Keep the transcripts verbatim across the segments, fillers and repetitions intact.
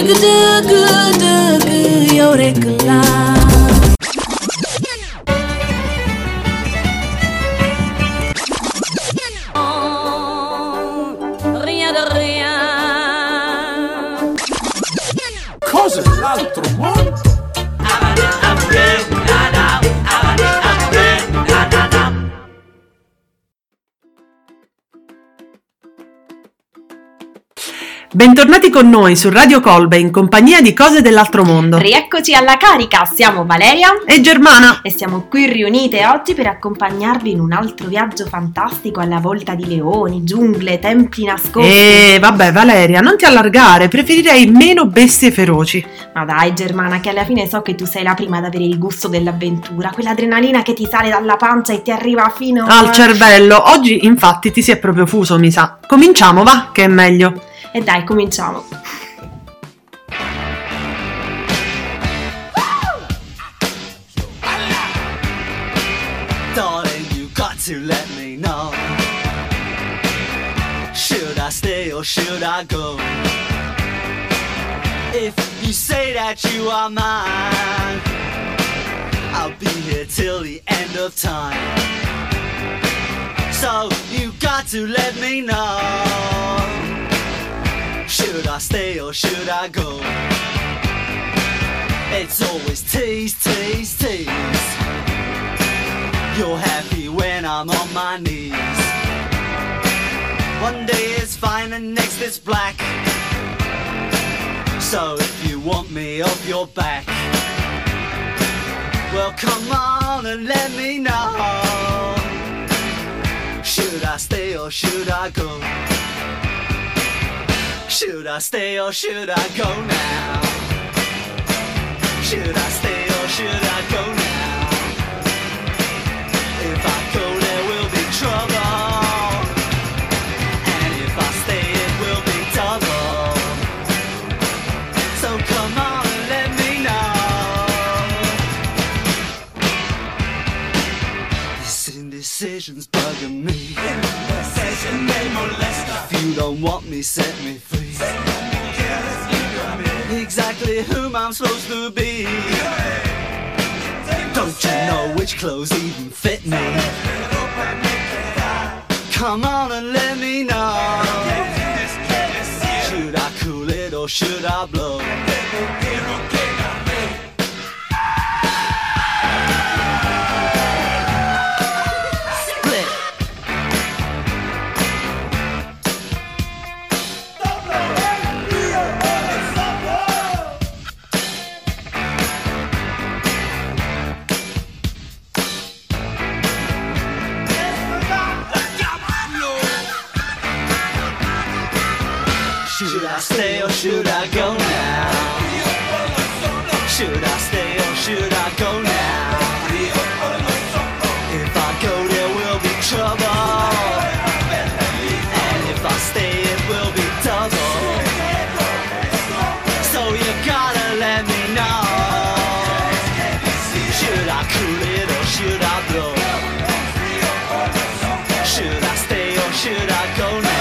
Cose dell'altro mondo. Bentornati con noi su Radio Colbe in compagnia di Cose dell'altro mondo. Rieccoci alla carica, siamo Valeria e Germana e siamo qui riunite oggi per accompagnarvi in un altro viaggio fantastico alla volta di leoni, giungle, templi nascosti. E vabbè Valeria, non ti allargare, preferirei meno bestie feroci. Ma dai Germana, che alla fine so che tu sei la prima ad avere il gusto dell'avventura, quell'adrenalina che ti sale dalla pancia e ti arriva fino al cervello. Oggi infatti ti si è proprio fuso, mi sa. Cominciamo, va, che è meglio. E dai, cominciamo. Darling, you got to let me know. Should I stay or should I go? If you say that you are mine, I'll be here till the end of time. So you got to let me know. Should I stay or should I go? It's always tease, tease, tease. You're happy when I'm on my knees. One day it's fine and next it's black. So if you want me off your back, well come on and let me know. Should I stay or should I go? Should I stay or should I go now? Should I stay or should I go now? If I go there will be trouble, and if I stay it will be double. So come on and let me know. This indecision's bugging me. Indecision may molest us. If you don't want me, set me free. Exactly whom I'm supposed to be. Don't you know which clothes even fit me? Come on and let me know. Should I cool it or should I blow? Should I stay or should I go now? Should I stay or should I go now? If I go there will be trouble, and if I stay it will be double. So you gotta let me know. Should I cool it or should I blow? Should I stay or should I go now?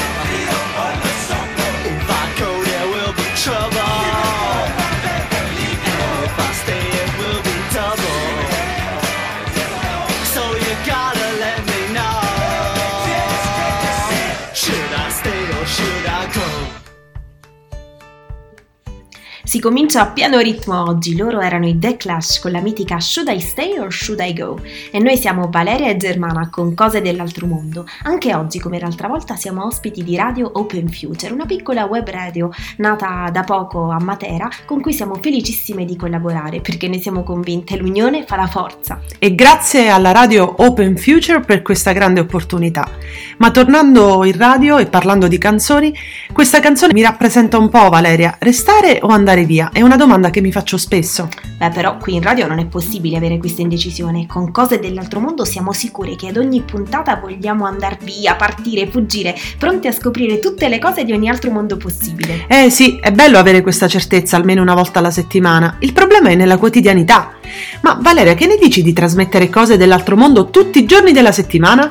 Si comincia a pieno ritmo oggi, loro erano i The Clash con la mitica Should I Stay or Should I Go? E noi siamo Valeria e Germana con Cose dell'altro mondo. Anche oggi, come l'altra volta, siamo ospiti di Radio Open Future, una piccola web radio nata da poco a Matera, con cui siamo felicissime di collaborare, perché ne siamo convinte, l'unione fa la forza. E grazie alla Radio Open Future per questa grande opportunità. Ma tornando in radio e parlando di canzoni, questa canzone mi rappresenta un po', Valeria. Restare o andare via? È una domanda che mi faccio spesso. Beh, però qui in radio non è possibile avere questa indecisione. Con Cose dell'altro mondo siamo sicure che ad ogni puntata vogliamo andare via, partire, fuggire, pronti a scoprire tutte le cose di ogni altro mondo possibile. Eh sì, è bello avere questa certezza almeno una volta alla settimana. Il problema è nella quotidianità. Ma Valeria, che ne dici di trasmettere Cose dell'altro mondo tutti i giorni della settimana?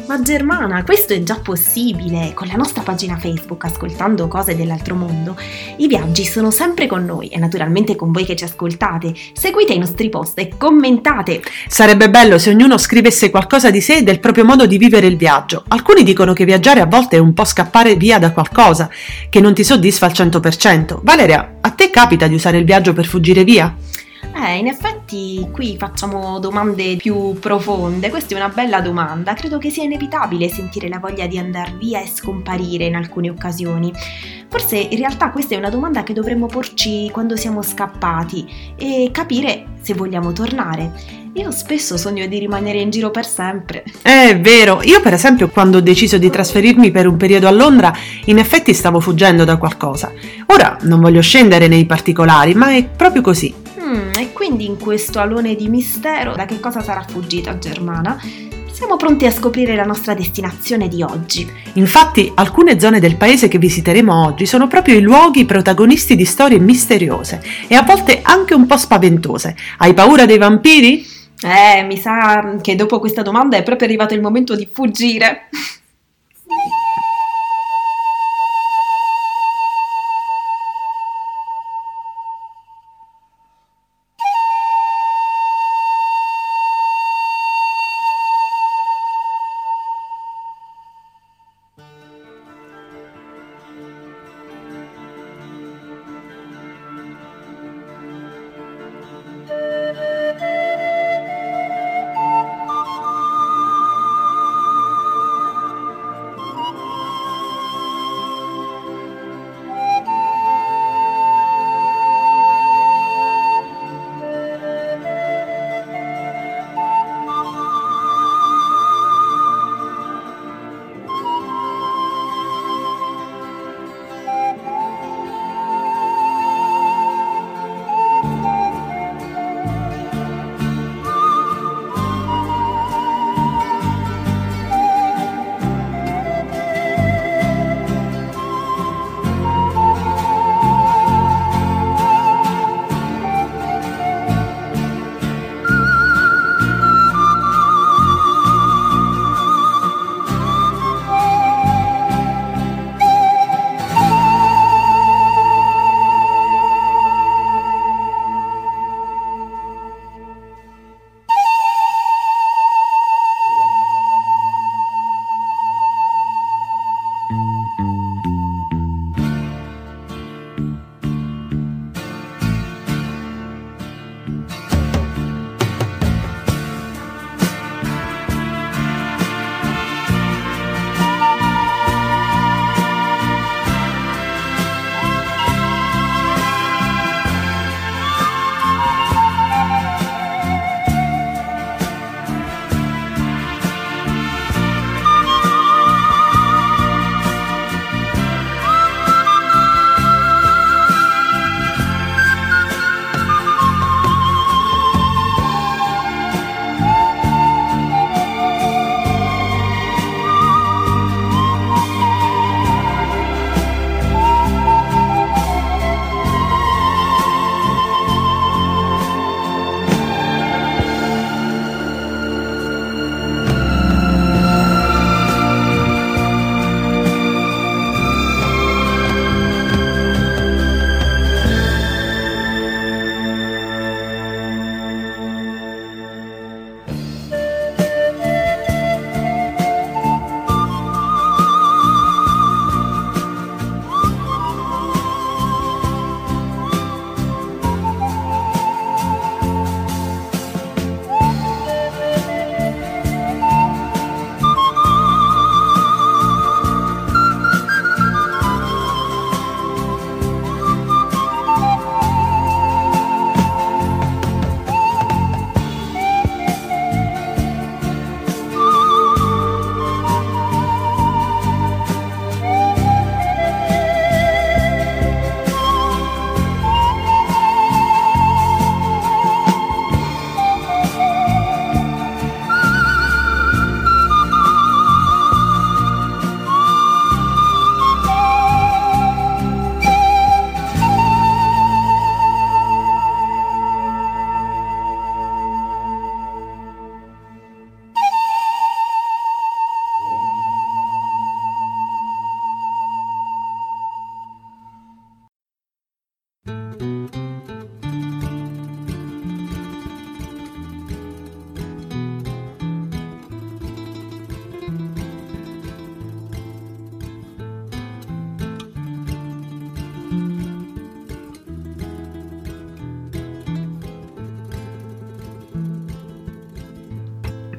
Ma Germana, questo è già possibile. Con la nostra pagina Facebook, Ascoltando Cose dell'Altro Mondo, i viaggi sono sempre con noi e naturalmente con voi che ci ascoltate. Seguite i nostri post e commentate. Sarebbe bello se ognuno scrivesse qualcosa di sé e del proprio modo di vivere il viaggio. Alcuni dicono che viaggiare a volte è un po' scappare via da qualcosa, che non ti soddisfa al cento per cento. Valeria, a te capita di usare il viaggio per fuggire via? Eh, in effetti qui facciamo domande più profonde. Questa è una bella domanda. Credo che sia inevitabile sentire la voglia di andare via e scomparire in alcune occasioni. Forse in realtà questa è una domanda che dovremmo porci quando siamo scappati e capire se vogliamo tornare. Io spesso sogno di rimanere in giro per sempre. È vero, io per esempio quando ho deciso di trasferirmi per un periodo a Londra, in effetti stavo fuggendo da qualcosa. Ora non voglio scendere nei particolari, ma è proprio così. Mm, e quindi in questo alone di mistero, da che cosa sarà fuggita Germana? Siamo pronti a scoprire la nostra destinazione di oggi. Infatti, alcune zone del paese che visiteremo oggi sono proprio i luoghi protagonisti di storie misteriose e a volte anche un po' spaventose. Hai paura dei vampiri? Eh, mi sa che dopo questa domanda è proprio arrivato il momento di fuggire.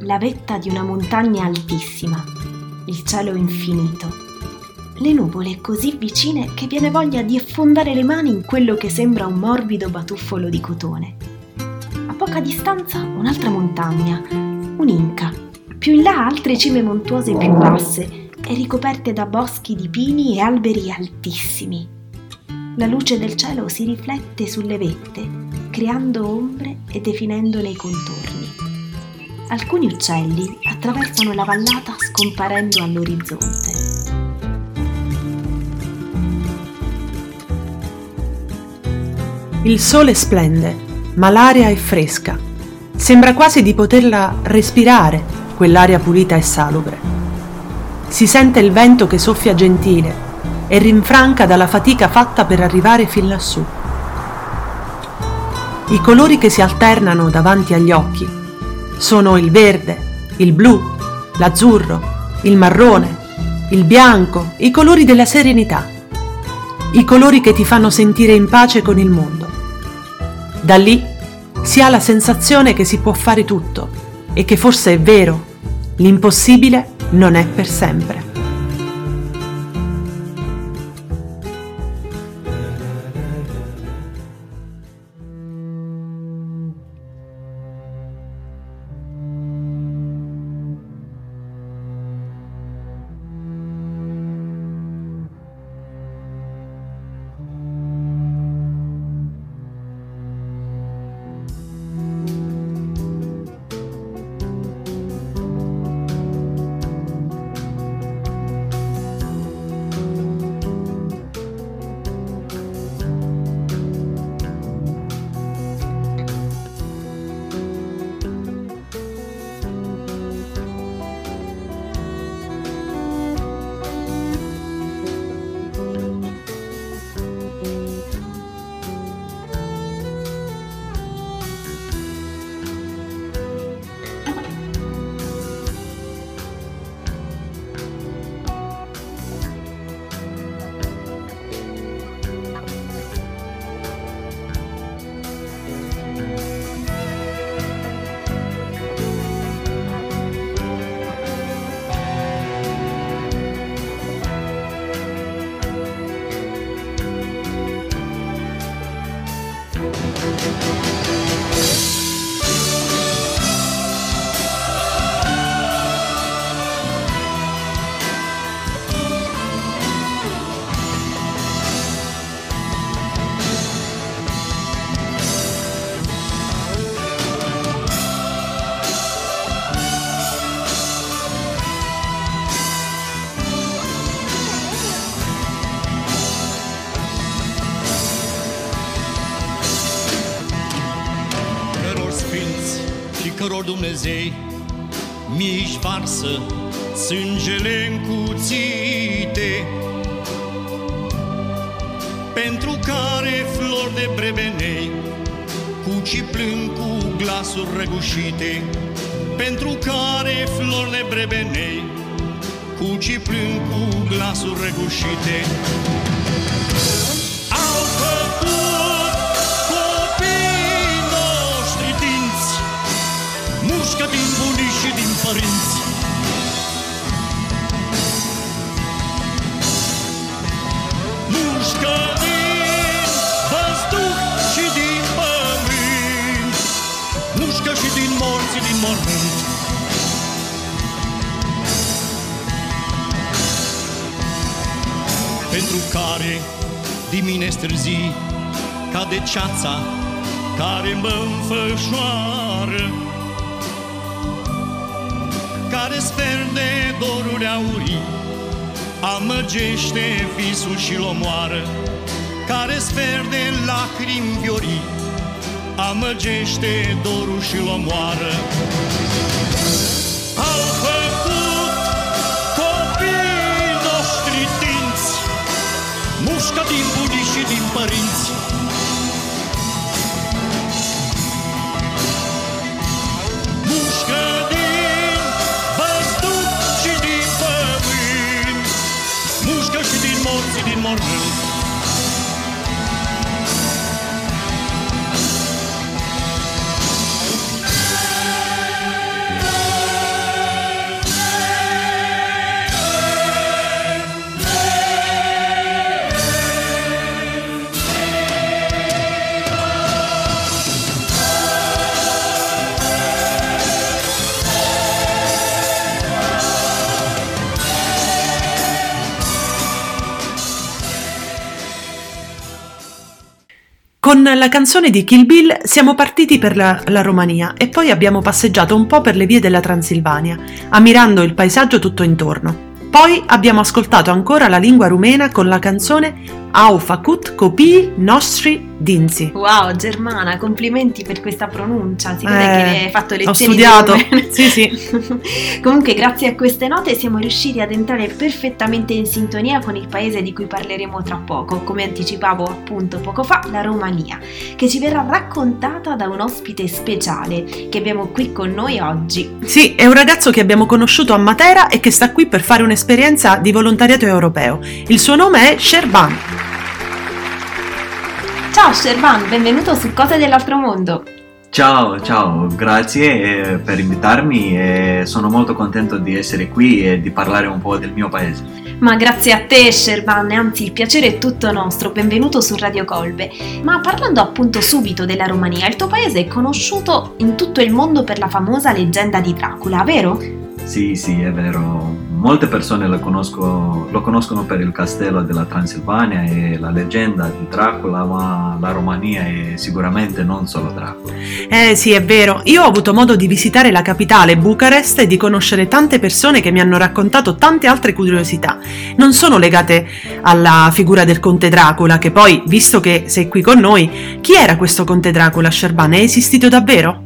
la vetta di una montagna altissima, il cielo infinito, le nuvole così vicine che viene voglia di affondare le mani in quello che sembra un morbido batuffolo di cotone. A poca distanza un'altra montagna, un'inca, più in là altre cime montuose più basse e ricoperte da boschi di pini e alberi altissimi. La luce del cielo si riflette sulle vette, creando ombre e definendone i contorni. Alcuni uccelli attraversano la vallata scomparendo all'orizzonte. Il sole splende, ma l'aria è fresca. Sembra quasi di poterla respirare, quell'aria pulita e salubre. Si sente il vento che soffia gentile e rinfranca dalla fatica fatta per arrivare fin lassù. I colori che si alternano davanti agli occhi sono il verde, il blu, l'azzurro, il marrone, il bianco, i colori della serenità, i colori che ti fanno sentire in pace con il mondo. Da lì si ha la sensazione che si può fare tutto e che forse è vero, l'impossibile non è per sempre. Căror Dumnezei mi-și varsă sângele încuțite, pentru care flori de brebenei cucii plâng cu glasuri răgușite, pentru care flori de brebenei cucii plâng cu glasuri răgușite. Au făcut copiii noștri dinți, mușcă din bunici și din părinți. Mușcă din văzduh și din pământ, mușcă și din morți din mormânt. Pentru care dimine stârzii ca de ceața care mă înfășoară, care sper de doruri aurii, amăgește visul și-l omoară, care sper de lacrimi viorii, amăgește dorul și-l omoară. Au făcut copiii noștri dinți, mușcă din bunici și din părinți. Mușcă din văzduh și din pământ, mușcă și din morți din mormânt. Con la canzone di Kill Bill siamo partiti per la, la Romania e poi abbiamo passeggiato un po' per le vie della Transilvania, ammirando il paesaggio tutto intorno. Poi abbiamo ascoltato ancora la lingua rumena con la canzone Au făcut copiii noștri dinții. Wow, Germana, complimenti per questa pronuncia, si vede Eh, che hai fatto lezioni ho studiato, di rumeno. sì sì. Comunque grazie a queste note siamo riusciti ad entrare perfettamente in sintonia con il paese di cui parleremo tra poco, come anticipavo appunto poco fa, la Romania, che ci verrà raccontata da un ospite speciale che abbiamo qui con noi oggi. Sì, è un ragazzo che abbiamo conosciuto a Matera e che sta qui per fare un'esperienza di volontariato europeo. Il suo nome è Sherban. Ciao Sherban, benvenuto su Cose dell'altro mondo. Ciao, ciao, grazie eh, per invitarmi e sono molto contento di essere qui e di parlare un po' del mio paese. Ma grazie a te Sherban, anzi il piacere è tutto nostro, benvenuto su Radio Colbe. Ma parlando appunto subito della Romania, il tuo paese è conosciuto in tutto il mondo per la famosa leggenda di Dracula, vero? Sì, sì, è vero. Molte persone lo, conosco, lo conoscono per il castello della Transilvania e la leggenda di Dracula, ma la Romania è sicuramente non solo Dracula. Eh sì, è vero. Io ho avuto modo di visitare la capitale, Bucarest, e di conoscere tante persone che mi hanno raccontato tante altre curiosità. Non sono legate alla figura del conte Dracula, che poi, visto che sei qui con noi, chi era questo conte Dracula, Sherban? È esistito davvero?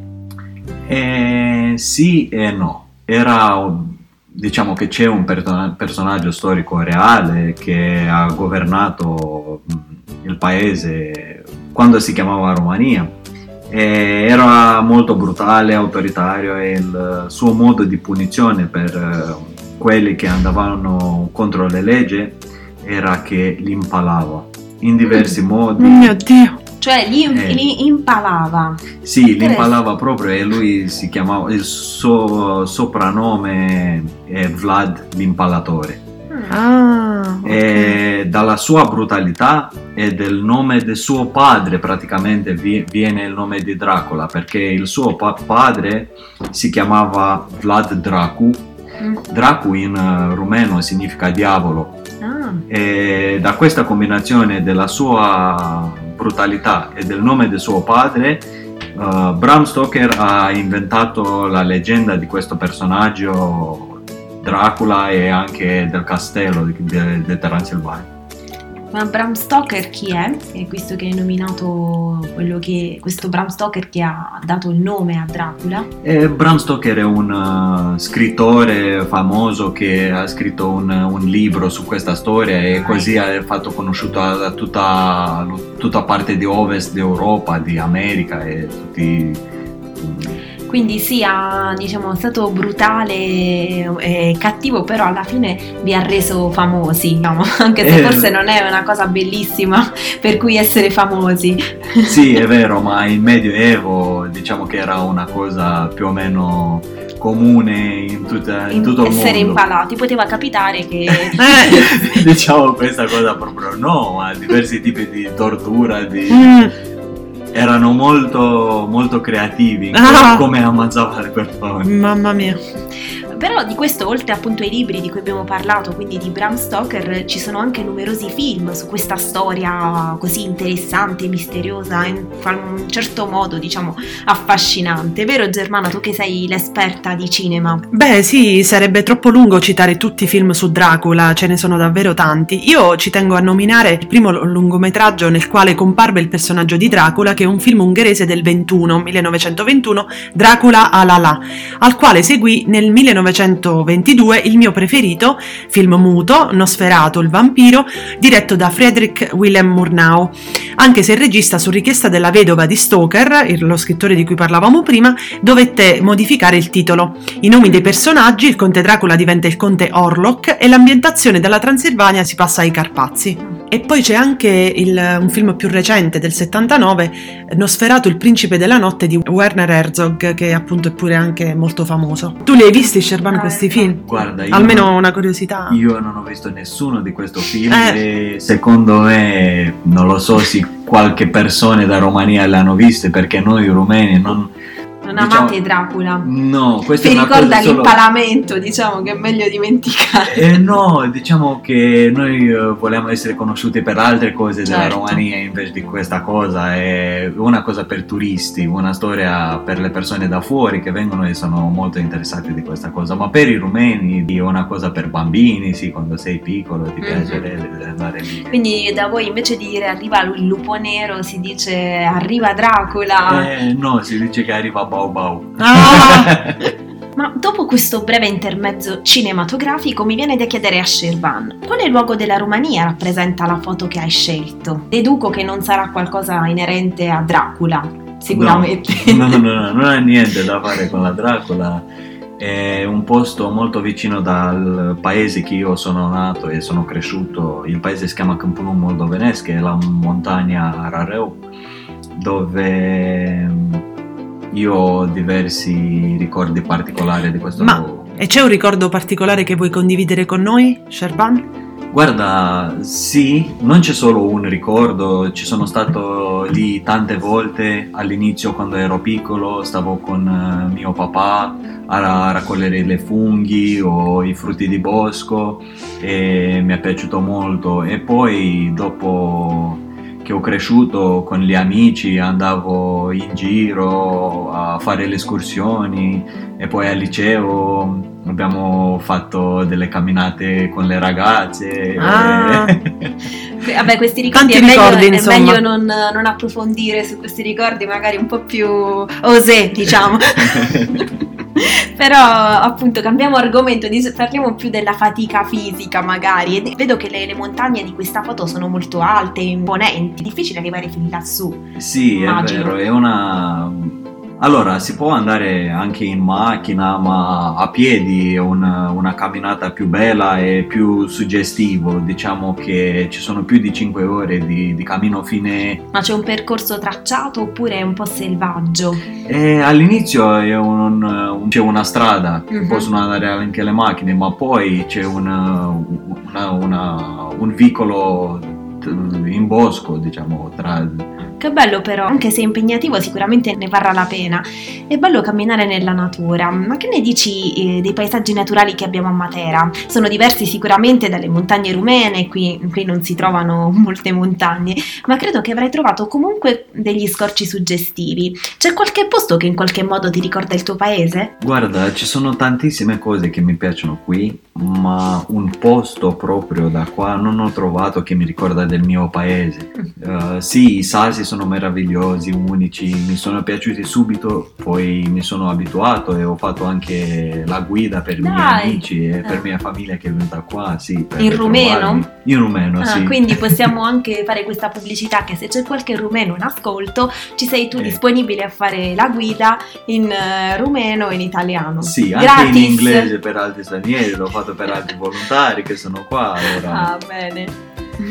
Eh, sì e no. Era, diciamo che c'è un per- personaggio storico reale che ha governato il paese quando si chiamava Romania. E era molto brutale, autoritario e il suo modo di punizione per quelli che andavano contro le leggi era che li impalava in diversi modi. Oh mio Dio! Cioè li, Eh. li impalava. Sì, li impalava proprio e lui si chiamava, il suo soprannome è Vlad l'Impalatore. Ah, ok. E dalla sua brutalità e del nome del suo padre praticamente vi- viene il nome di Dracula, perché il suo pa- padre si chiamava Vlad Dracu. Mm. Dracu in eh, rumeno significa diavolo. Ah. E da questa combinazione della sua brutalità e del nome del suo padre, uh, Bram Stoker ha inventato la leggenda di questo personaggio Dracula e anche del castello di, di, di Transilvania. Ma Bram Stoker chi è? E visto che hai nominato quello che, questo Bram Stoker che ha dato il nome a Dracula. E Bram Stoker è un uh, scrittore famoso che ha scritto un, un libro su questa storia e così ha fatto conosciuto a, a tutta, tutta parte di ovest d'Europa, di America e tutti. Quindi sia, diciamo, stato brutale e cattivo, però alla fine vi ha reso famosi, diciamo, anche se Eh. forse non è una cosa bellissima per cui essere famosi. Sì, è vero, ma il Medioevo diciamo che era una cosa più o meno comune in, tutta, in tutto il mondo. Essere impalati, poteva capitare che... Eh, Diciamo questa cosa proprio no, ma diversi tipi di tortura, di... mm, erano molto molto creativi in Ah. come ammazzava le persone. mamma mia. Però di questo, oltre appunto ai libri di cui abbiamo parlato, quindi di Bram Stoker, ci sono anche numerosi film su questa storia così interessante, misteriosa, in un certo modo, diciamo, affascinante. Vero Germana, tu che sei l'esperta di cinema? Beh sì, sarebbe troppo lungo citare tutti i film su Dracula, ce ne sono davvero tanti. Io ci tengo a nominare il primo lungometraggio nel quale comparve il personaggio di Dracula, che è un film ungherese del ventuno, millenovecentoventuno, Dracula a la la, al quale seguì nel millenovecentoventidue il mio preferito, film muto, Nosferatu, il vampiro, diretto da Friedrich Wilhelm Murnau, anche se il regista, su richiesta della vedova di Stoker, il- lo scrittore di cui parlavamo prima, dovette modificare il titolo. I nomi dei personaggi, il conte Dracula diventa il conte Orlok e l'ambientazione dalla Transilvania si passa ai Carpazi. E poi c'è anche il- un film più recente del settantanove, Nosferatu, il principe della notte di Werner Herzog, che appunto è pure anche molto famoso. Tu li hai visti, Sherban, questi film? Guarda, io Almeno non, una curiosità. io non ho visto nessuno di questo film Eh. e secondo me non lo so se qualche persona da Romania le hanno viste, perché noi rumeni non, Non diciamo- amate Dracula? No, questa Vi è una ricorda cosa solo... l'impalamento, diciamo che è meglio dimenticare. Eh, no, diciamo che noi eh, vogliamo essere conosciuti per altre cose della Certo. Romania invece di questa cosa. È una cosa per turisti, una storia per le persone da fuori che vengono e sono molto interessati di questa cosa. Ma per i rumeni è una cosa per bambini, sì, quando sei piccolo ti Mhm. piace andare lì. Quindi da voi invece di dire arriva il lupo nero si dice arriva Dracula. Eh, no, si dice che arriva Bau Bau. Ah! Ma dopo questo breve intermezzo cinematografico mi viene da chiedere a Shervan quale luogo della Romania rappresenta la foto che hai scelto? Deduco che non sarà qualcosa inerente a Dracula, sicuramente. No, no, no, no, non ha niente da fare con la Dracula. È un posto molto vicino dal paese che io sono nato e sono cresciuto. Il paese si chiama Câmpul Moldovenesc, che è la montagna Rareu, dove io ho diversi ricordi particolari di questo Ma- luogo. E c'è un ricordo particolare che vuoi condividere con noi, Shervan? Guarda, sì, non c'è solo un ricordo, ci sono stato lì tante volte. All'inizio, quando ero piccolo, stavo con eh, mio papà a raccogliere le funghi o i frutti di bosco e mi è piaciuto molto. E poi, dopo che ho cresciuto con gli amici, andavo in giro a fare le escursioni e poi al liceo abbiamo fatto delle camminate con le ragazze. Ah. Que- Vabbè, questi ricordi Tanti è meglio, ricordi, è insomma. meglio non, non approfondire su questi ricordi, magari un po' più osè, diciamo. Però appunto cambiamo argomento, dis- parliamo più della fatica fisica magari. E vedo che le, le montagne di questa foto sono molto alte, imponenti, difficile arrivare fin lassù. Sì, Immagino. è vero, è una... Allora, si può andare anche in macchina, ma a piedi è una, una camminata più bella e più suggestivo. Diciamo che ci sono più di cinque ore di, di cammino fine. Ma c'è un percorso tracciato oppure è un po' selvaggio? E all'inizio è un- un- c'è una strada, Mhm. possono andare anche le macchine, ma poi c'è una- una- una- un vicolo in bosco, diciamo, tra... Che bello però, anche se impegnativo sicuramente ne varrà la pena. È bello camminare nella natura, ma che ne dici eh, dei paesaggi naturali che abbiamo a Matera? Sono diversi sicuramente dalle montagne rumene, qui, qui non si trovano molte montagne, ma credo che avrai trovato comunque degli scorci suggestivi. C'è qualche posto che in qualche modo ti ricorda il tuo paese? Guarda, ci sono tantissime cose che mi piacciono qui, ma un posto proprio da qua non ho trovato che mi ricorda del mio paese. Uh, sì, i sassi sono meravigliosi, unici, mi sono piaciuti subito, poi mi sono abituato e ho fatto anche la guida per i miei Dai. amici e per Eh. mia famiglia che è venuta qua, sì. per In rumeno? trovarmi. In rumeno, Ah, sì. quindi possiamo anche fare questa pubblicità che se c'è qualche rumeno in ascolto ci sei tu Eh. disponibile a fare la guida in eh, rumeno e in italiano. Sì, anche Gratis. in inglese per altri stranieri, l'ho fatto per altri volontari che sono qua. Allora. Ah, bene.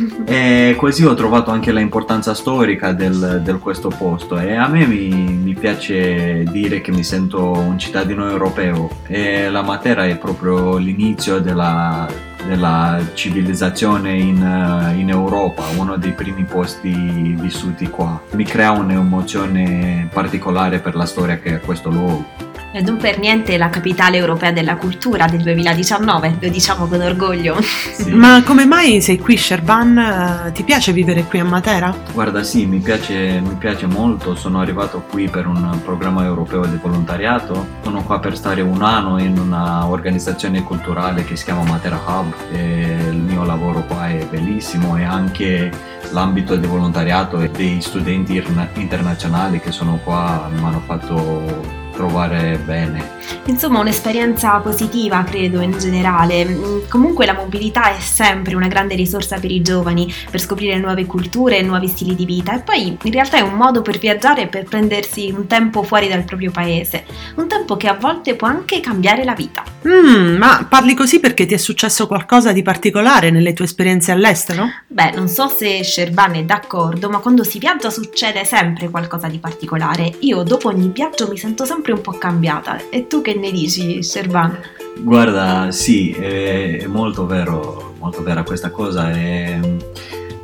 E così ho trovato anche l'importanza storica del, del questo posto e a me mi, mi piace dire che mi sento un cittadino europeo e la Matera è proprio l'inizio della, della civilizzazione in, eh, in Europa, uno dei primi posti vissuti qua. Mi crea un'emozione particolare per la storia che è questo luogo. E non per niente la capitale europea della cultura del duemiladiciannove, lo diciamo con orgoglio. Sì. Ma come mai sei qui, Shervan? Eh, Ti piace vivere qui a Matera? Guarda, sì, mi piace, mi piace molto. Sono arrivato qui per un programma europeo di volontariato. Sono qua per stare un anno in una organizzazione culturale che si chiama Matera Hub. E il mio lavoro qua è bellissimo e anche l'ambito di volontariato e dei studenti irna- internazionali che sono qua mi hanno fatto trovare bene. Insomma, un'esperienza positiva, credo, in generale. Mm, Comunque la mobilità è sempre una grande risorsa per i giovani, per scoprire nuove culture e nuovi stili di vita. E poi, in realtà, è un modo per viaggiare e per prendersi un tempo fuori dal proprio paese. Un tempo che a volte può anche cambiare la vita. Mm, ma parli così perché ti è successo qualcosa di particolare nelle tue esperienze all'estero? Beh, non so se Shervan è d'accordo, ma quando si viaggia succede sempre qualcosa di particolare. Io dopo ogni viaggio mi sento sempre un po' cambiata. E tu che ne dici, Shervan? Guarda, sì, è, è molto vero, molto vera questa cosa. E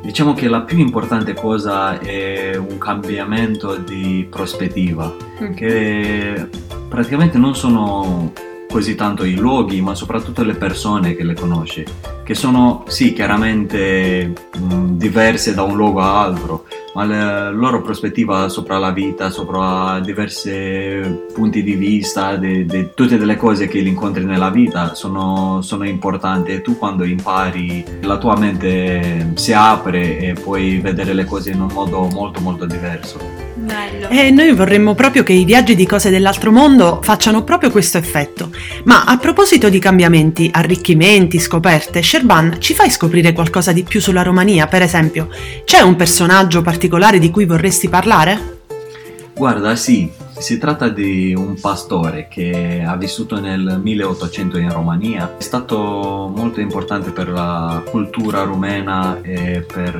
Diciamo che la più importante cosa è un cambiamento di prospettiva, Mm. che praticamente non sono così tanto i luoghi, ma soprattutto le persone che le conosci, che sono sì chiaramente mh, diverse da un luogo all'altro, ma la loro prospettiva sopra la vita, sopra diversi punti di vista, di, di tutte delle cose che li incontri nella vita sono, sono importanti, e tu quando impari la tua mente si apre e puoi vedere le cose in un modo molto molto diverso. Bello. E noi vorremmo proprio che i viaggi di cose dell'altro mondo facciano proprio questo effetto. Ma a proposito di cambiamenti, arricchimenti, scoperte, Sherban, ci fai scoprire qualcosa di più sulla Romania? Per esempio, c'è un personaggio particolare di cui vorresti parlare? Guarda, sì, si tratta di un pastore che ha vissuto nel milleottocento in Romania. È stato molto importante per la cultura rumena e per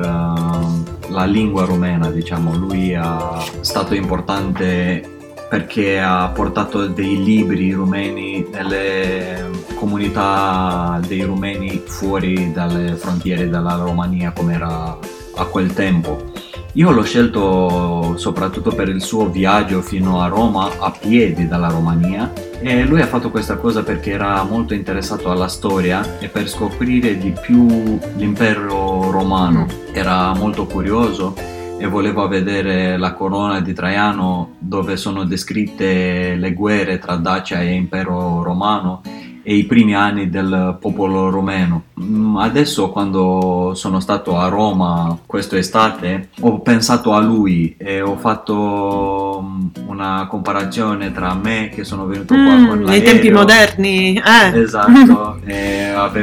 uh, la lingua rumena, diciamo. Lui è stato importante perché ha portato dei libri rumeni nelle comunità dei rumeni fuori dalle frontiere della Romania, come era a quel tempo. Io l'ho scelto soprattutto per il suo viaggio fino a Roma a piedi dalla Romania, e lui ha fatto questa cosa perché era molto interessato alla storia e per scoprire di più l'impero romano. Era molto curioso e voleva vedere la corona di Traiano, dove sono descritte le guerre tra Dacia e impero romano e i primi anni del popolo romeno. Adesso, quando sono stato a Roma quest'estate, ho pensato a lui e ho fatto una comparazione tra me che sono venuto qua Mm, con nei l'aereo. tempi moderni, eh. Esatto, e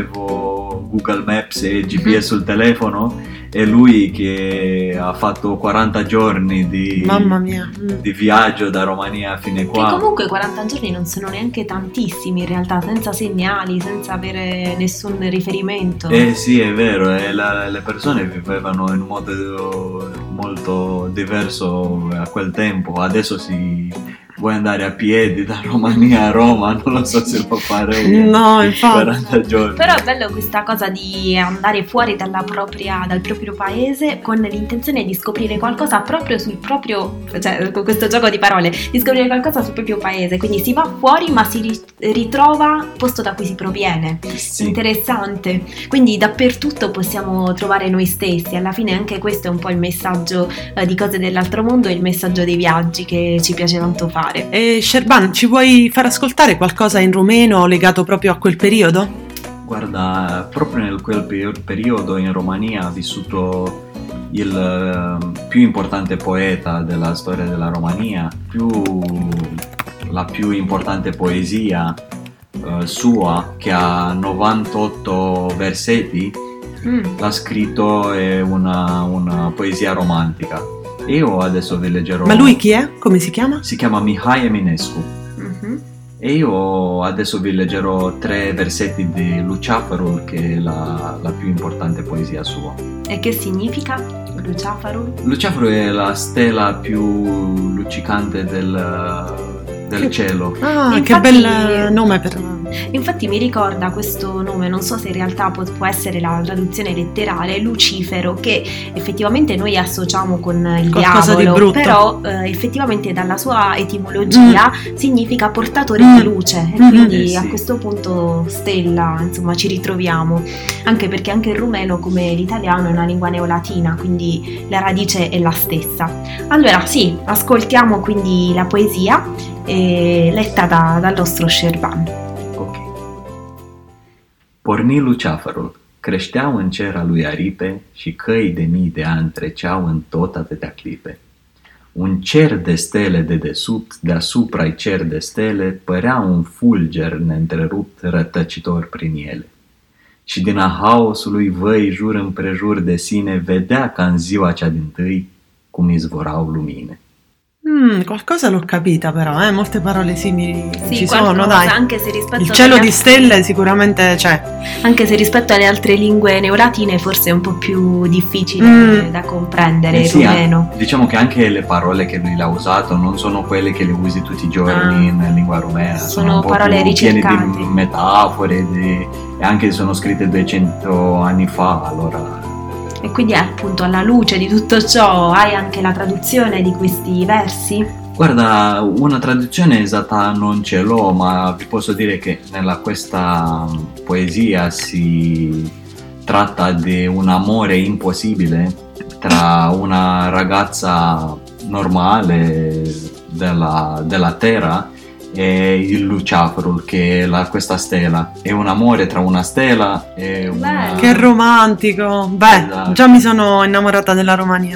avevo Google Maps e G P S sul telefono, e lui che ha fatto quaranta giorni di, Mamma mia. Mm. di viaggio da Romania fino Che qua. comunque quaranta giorni non sono neanche tantissimi in realtà, senza segnali, senza avere nessun riferimento. Eh sì, è vero, e la- le persone vivevano in un modo molto diverso a quel tempo. Adesso si vuoi andare a piedi da Romania a Roma, non lo so se lo farei. No, infatti. quaranta giorni. Però è bello questa cosa di andare fuori dalla propria, dal proprio paese con l'intenzione di scoprire qualcosa proprio sul proprio, cioè con questo gioco di parole, di scoprire qualcosa sul proprio paese. Quindi si va fuori ma si ri- ritrova il posto da cui si proviene. Sì. Interessante. Quindi dappertutto possiamo trovare noi stessi. Alla fine anche questo è un po' il messaggio eh, di Cose dell'altro mondo, il messaggio dei viaggi che ci piace tanto fare. E Sherban, ci vuoi far ascoltare qualcosa in rumeno legato proprio a quel periodo? Guarda, proprio in quel per- periodo in Romania ha vissuto il eh, più importante poeta della storia della Romania, più, la più importante poesia eh, sua, che ha novantotto versetti. Mm. L'ha scritto, è una, una poesia romantica. Io adesso vi leggerò. Ma lui chi è? Come si chiama? Si chiama Mihai Eminescu. Mhm. E io adesso vi leggerò tre versetti di Luceafărul, che è la, la più importante poesia sua. E che significa Luceafărul? Luceafărul è la stella più luccicante del, del cielo. Ah, Infatti- che bel nome per... Infatti mi ricorda questo nome, non so se in realtà può, può essere la traduzione letterale, Lucifero, che effettivamente noi associamo con il Qualcosa di diavolo, brutto. però eh, effettivamente dalla sua etimologia significa portatore Mm. di luce, e Mm. quindi Eh sì. a questo punto stella, insomma, ci ritroviamo, anche perché anche il rumeno, come l'italiano, è una lingua neolatina, quindi la radice è la stessa. Allora sì, ascoltiamo quindi la poesia eh, letta da- dal nostro Sherban. Ok. Porni Luceafărul. Creșteau în cer a lui aripe și căi de mii de ani treceau în tot atâtea clipe. Un cer de stele de desubt, deasupra-i cer de stele, părea un fulger neîntrerupt rătăcitor prin ele. Și din a haosului văi jur împrejur de sine vedea ca în ziua cea dintâi cum izvorau lumine. Mm, qualcosa l'ho capita però, eh? Molte parole simili Sì, ci sono, qualcosa, dai. anche se rispetto Il cielo alle di stelle sicuramente c'è. Anche se rispetto alle altre lingue neolatine forse è un po' più difficile Mm. da comprendere Eh il sì, rumeno. eh, diciamo che anche le parole che lui l'ha usato non sono quelle che le usi tutti i giorni Ah. in lingua rumena, Sono un po' parole più piene ricercate. di metafore di- e anche sono scritte duecento anni fa, allora E quindi appunto alla luce di tutto ciò hai anche la traduzione di questi versi? Guarda, una traduzione esatta non ce l'ho, ma vi posso dire che nella questa poesia si tratta di un amore impossibile tra una ragazza normale della, della terra e il Luciafro, che è la, questa stella. È un amore tra una stella e una... Bello. Che romantico! Beh, Esatto. già mi sono innamorata della Romania.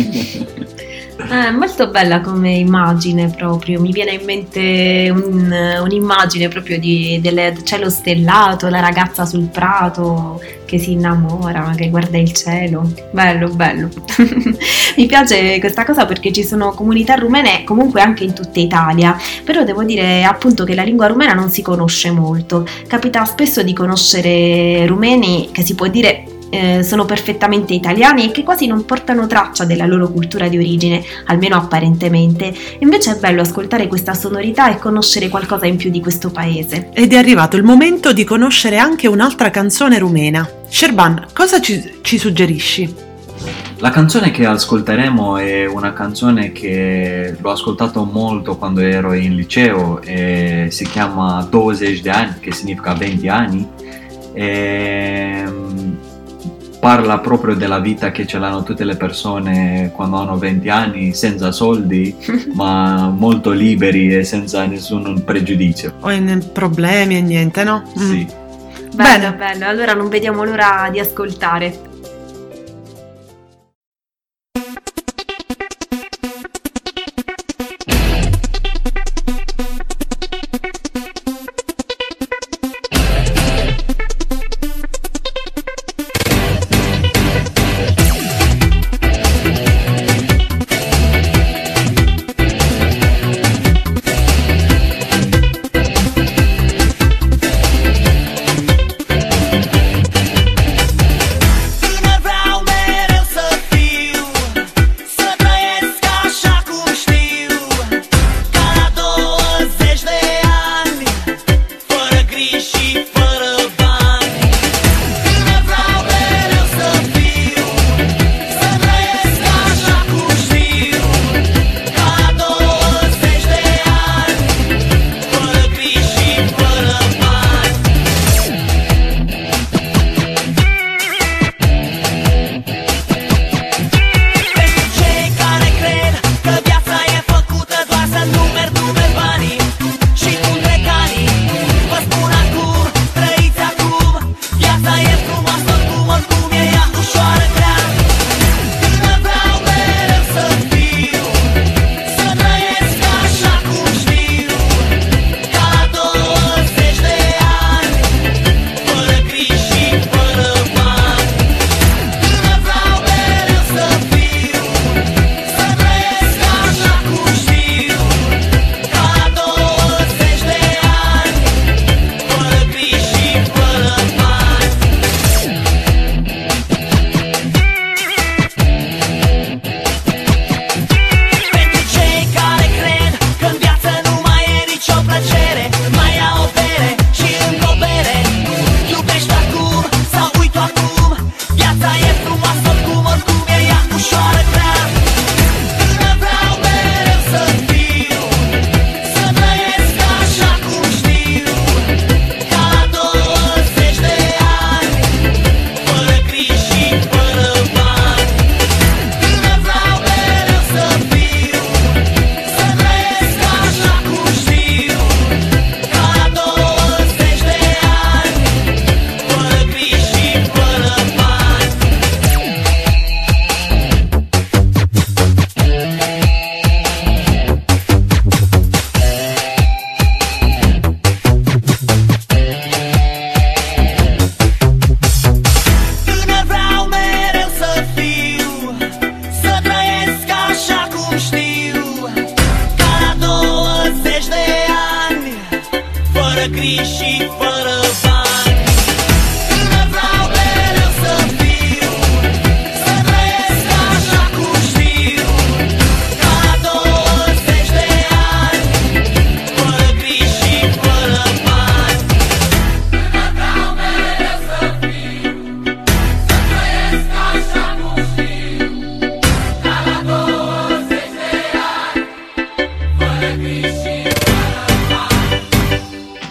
È molto bella come immagine proprio, mi viene in mente un- un'immagine proprio di, del cielo stellato, la ragazza sul prato che si innamora, che guarda il cielo, bello bello. Mi piace questa cosa perché ci sono comunità rumene comunque anche in tutta Italia, però devo dire appunto che la lingua rumena non si conosce molto, capita spesso di conoscere rumeni che si può dire eh, sono perfettamente italiani e che quasi non portano traccia della loro cultura di origine, almeno apparentemente. Invece è bello ascoltare questa sonorità e conoscere qualcosa in più di questo paese. Ed è arrivato il momento di conoscere anche un'altra canzone rumena. Sherban, cosa ci, ci suggerisci? La canzone che ascolteremo è una canzone che l'ho ascoltato molto quando ero in liceo e si chiama douăzeci de ani, che significa venti anni, e parla proprio della vita che ce l'hanno tutte le persone quando hanno venti anni, senza soldi, ma molto liberi e senza nessun pregiudizio. O in problemi e niente, no? Mm. Sì. Bello, Bene. bello, allora non vediamo l'ora di ascoltare.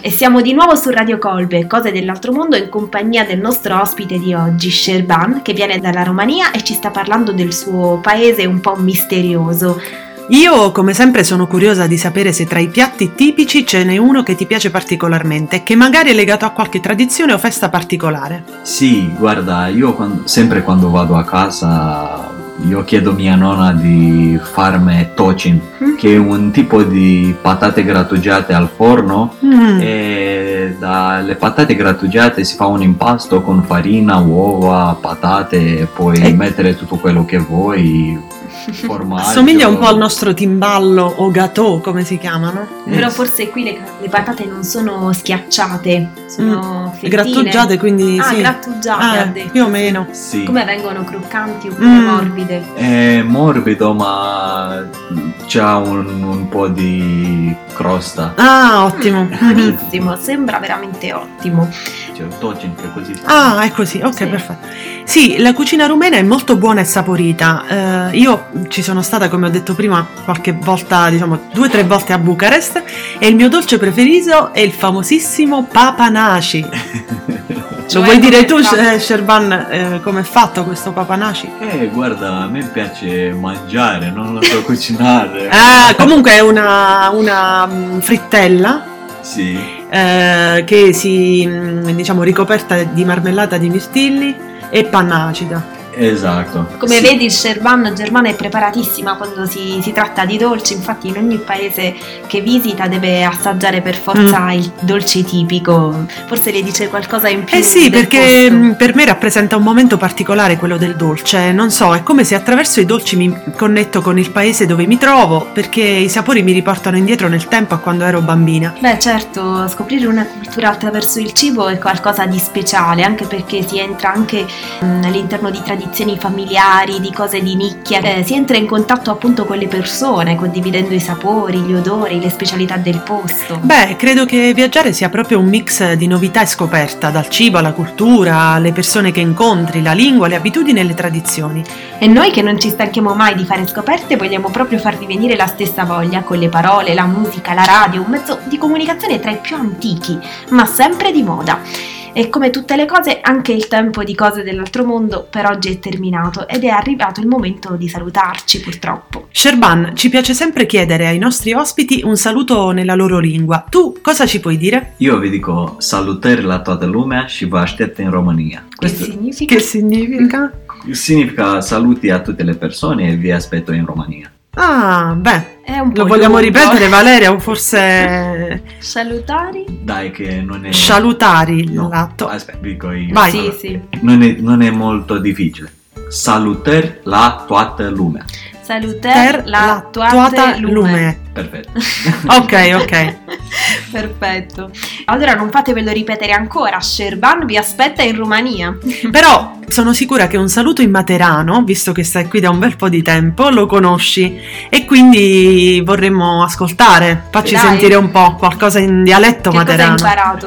E siamo di nuovo su Radio Colbe, Cose dell'altro mondo, in compagnia del nostro ospite di oggi, Sherban, che viene dalla Romania e ci sta parlando del suo paese un po' misterioso. Io, come sempre, sono curiosa di sapere se tra i piatti tipici ce n'è uno che ti piace particolarmente e che magari è legato a qualche tradizione o festa particolare. Sì, guarda, io quando- sempre quando vado a casa io chiedo a mia nonna di farmi tocin, Mm. che è un tipo di patate grattugiate al forno. Mm. E dalle patate grattugiate si fa un impasto con farina, uova, patate e puoi E- mettere tutto quello che vuoi, formaggio. Assomiglia un po' al nostro timballo o gâteau, come si chiamano? Però forse qui le, le patate non sono schiacciate, sono fettine. Grattugiate, quindi Ah, sì. grattugiate, Ah, ha detto. più o meno. Sì. Come vengono croccanti oppure Mm. morbide? È morbido ma c'ha un, un po' di crosta. Ah, ottimo. Mm, buonissimo, sembra veramente ottimo. C'è il tocin che così si chiama. Ah, è così, ok, Sì. perfetto. Sì, la cucina rumena è molto buona e saporita. Eh, io ci sono stata, come ho detto prima, qualche volta, diciamo, due o tre volte a Bucarest e il mio dolce preferito è il famosissimo papanaci. Lo Cioè, vuoi dire come tu, fa- eh, Sherban, eh, come è fatto questo papanaci? Eh, guarda, a me piace mangiare, non lo so cucinare. Ah, comunque è una, una mm, frittella Sì. eh, che si, mm, diciamo, ricoperta di marmellata di mirtilli e panna acida. Esatto. Come Sì. vedi, Sherban Germana è preparatissima quando si, si tratta di dolci, infatti in ogni paese che visita deve assaggiare per forza il dolce tipico. Forse le dice qualcosa in più. Eh sì, del perché posto. mh, per me rappresenta un momento particolare quello del dolce, non so, è come se attraverso i dolci mi connetto con il paese dove mi trovo, perché i sapori mi riportano indietro nel tempo a quando ero bambina. Beh, certo, scoprire una cultura attraverso il cibo è qualcosa di speciale, anche perché si entra anche mh, all'interno di tradizioni familiari, di cose di nicchia, eh, si entra in contatto appunto con le persone, condividendo i sapori, gli odori, le specialità del posto. Beh, credo che viaggiare sia proprio un mix di novità e scoperta, dal cibo alla cultura, alle persone che incontri, la lingua, le abitudini e le tradizioni. E noi che non ci stanchiamo mai di fare scoperte vogliamo proprio farvi venire la stessa voglia con le parole, la musica, la radio, un mezzo di comunicazione tra i più antichi, ma sempre di moda. E come tutte le cose, anche il tempo di Cose dell'altro mondo per oggi è terminato ed è arrivato il momento di salutarci, purtroppo. Sherban, ci piace sempre chiedere ai nostri ospiti un saluto nella loro lingua. Tu cosa ci puoi dire? Io vi dico salutări la toată lumea și vă aștept in Romania. Che Questo significa? Che significa? significa saluti a tutte le persone e vi aspetto in Romania. Ah, beh, È un po' lo vogliamo lungo. ripetere, Valeria, o forse Salutari? Dai che non è... salutari No, l'atto? aspetta, dico io. Vai. Sì, Allora, sì. Non è, non è molto difficile. Salutări la toată lumea. Salutare la toate lume. Perfetto. Ok, ok. Perfetto. Allora non fatevelo ripetere ancora, Sherban vi aspetta in Romania. Però sono sicura che un saluto in materano, visto che stai qui da un bel po' di tempo, lo conosci e quindi vorremmo ascoltare. Facci Dai. sentire un po' qualcosa in dialetto Che cosa hai materano. imparato?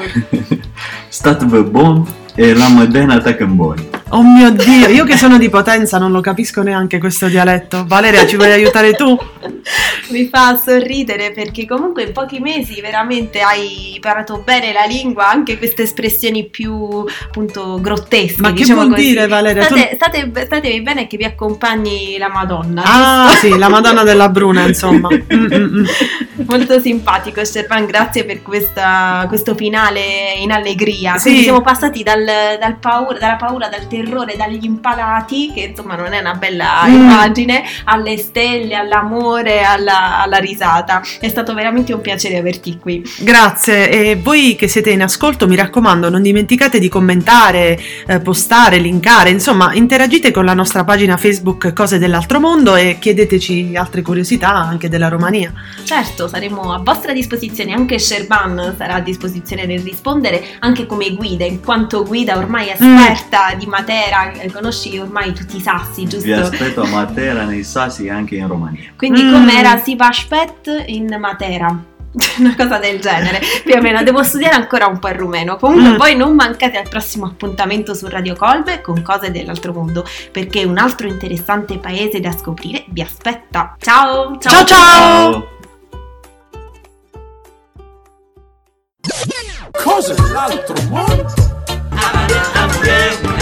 Stați-vă bun e la mădena tăcă-n buni. Oh mio Dio, io che sono di Potenza non lo capisco neanche questo dialetto. Valeria, ci vuoi aiutare tu? Mi fa sorridere perché comunque in pochi mesi veramente hai imparato bene la lingua, anche queste espressioni più appunto grottesche. Ma che diciamo vuol così. dire, Valeria? Tu- State, state, statevi bene che vi accompagni la Madonna. Ah, sì, la Madonna della Bruna, insomma. Mm, mm, mm. Molto simpatico Sherban, grazie per questa, questo finale in allegria. Sì. Quindi siamo passati dal, dal paura, dalla paura, dal terrore, dagli impalati, che insomma non è una bella Mm. immagine, alle stelle, all'amore, alla, alla risata. È stato veramente un piacere averti qui. Grazie, e voi che siete in ascolto mi raccomando non dimenticate di commentare, eh, postare, linkare, insomma interagite con la nostra pagina Facebook Cose dell'altro mondo e chiedeteci altre curiosità anche della Romania. Certo, saremo a vostra disposizione, anche Sherban sarà a disposizione nel rispondere anche come guida, in quanto guida ormai esperta di Matera, eh, conosci ormai tutti i sassi, giusto? Vi aspetto a Matera, nei Sassi e anche in Romania. Quindi Mm. com'era si va aspet in Matera? Una cosa del genere, più o meno. Devo studiare ancora un po' il rumeno. Comunque Mm. voi non mancate al prossimo appuntamento su Radio Colbe con Cose dell'altro mondo, perché un altro interessante paese da scoprire vi aspetta. Ciao! Ciao ciao! Ciao. Cose dell'altro mondo. Amore, amore.